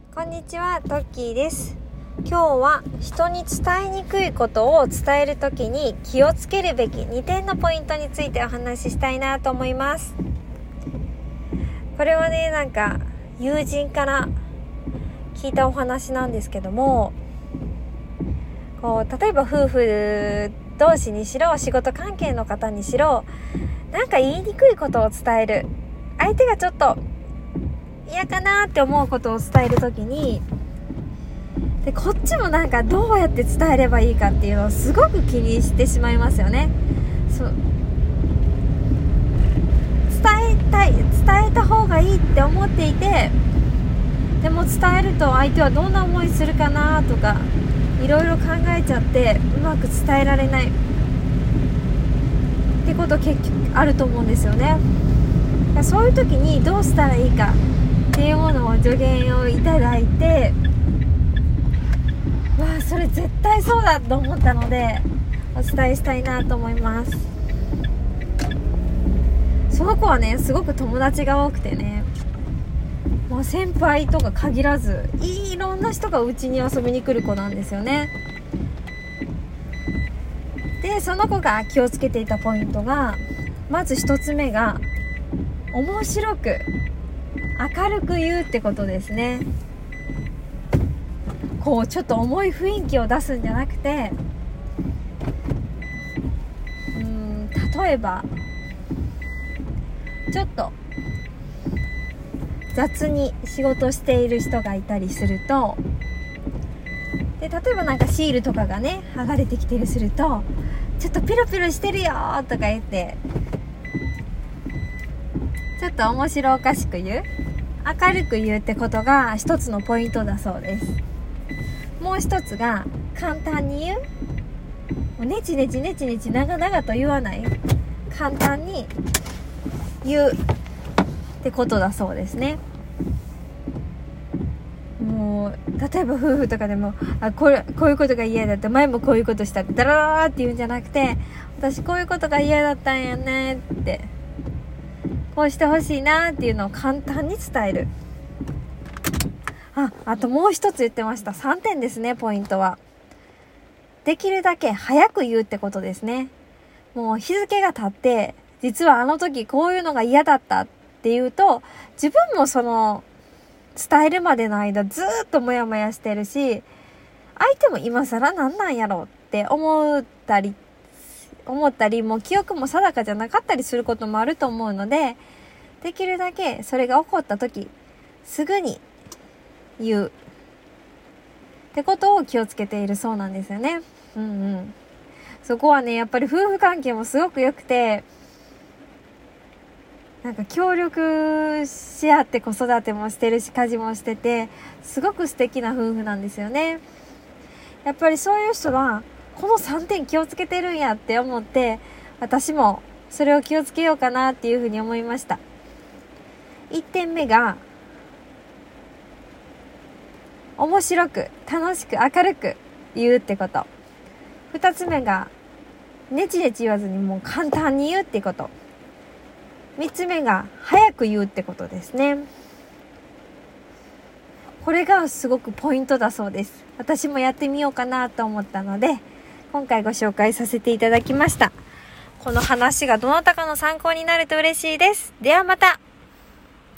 こんにちは、トッキーです。今日は人に伝えにくいことを伝えるときに気をつけるべき2点のポイントについてお話ししたいなと思います。これはね、友人から聞いたお話なんですけども、例えば夫婦同士にしろ、仕事関係の方にしろ、言いにくいことを伝える、相手がちょっと嫌かなって思うことを伝えるときに、でこっちもどうやって伝えればいいかっていうのをすごく気にしてしまいますよね。伝えた方がいいって思っていて、でも伝えると相手はどんな思いするかなとかいろいろ考えちゃってうまく伝えられないってこと結局あると思うんですよね。そういう時にどうしたらいいかっていうものを助言をいただいて、それ絶対そうだと思ったのでお伝えしたいなと思います。その子はね、すごく友達が多くてね、もう先輩とか限らずいろんな人がうちに遊びに来る子なんですよね。でその子が気をつけていたポイントが、まず一つ目が面白く明るく言うってことですね。ちょっと重い雰囲気を出すんじゃなくて、例えばちょっと雑に仕事している人がいたりすると、で例えばシールとかがね剥がれてきてるすると、ちょっとピロピロしてるよとか言って、ちょっと面白おかしく言う、明るく言うってことが一つのポイントだそうです。もう一つが簡単に言う、ネチネチ長々と言わない、簡単に言うってことだそうですね。もう例えば夫婦とかでもこういうことが嫌だって、前もこういうことしたってダラララって言うんじゃなくて、私こういうことが嫌だったんやねって、こうしてほしいなっていうのを簡単に伝える。あともう一つ言ってました。3点ですね、ポイントは。できるだけ早く言うってことですね。もう日付が経って、実はあの時こういうのが嫌だったっていうと、自分も伝えるまでの間ずっとモヤモヤしてるし、相手も今更なんやろうって思ったり、もう記憶も定かじゃなかったりすることもあると思うので、できるだけそれが起こった時すぐに言うってことを気をつけているそうなんですよね。そこはね、やっぱり夫婦関係もすごく良くて、協力し合って子育てもしてるし、家事もしてて、すごく素敵な夫婦なんですよね。やっぱりそういう人はこの3点気をつけてるんやって思って、私もそれを気をつけようかなっていうふうに思いました。1点目が面白く楽しく明るく言うってこと。2つ目がネチネチ言わずにもう簡単に言うってこと。3つ目が早く言うってことですね。これがすごくポイントだそうです。私もやってみようかなと思ったので、今回ご紹介させていただきました。この話がどなたかの参考になると嬉しいです。ではまた。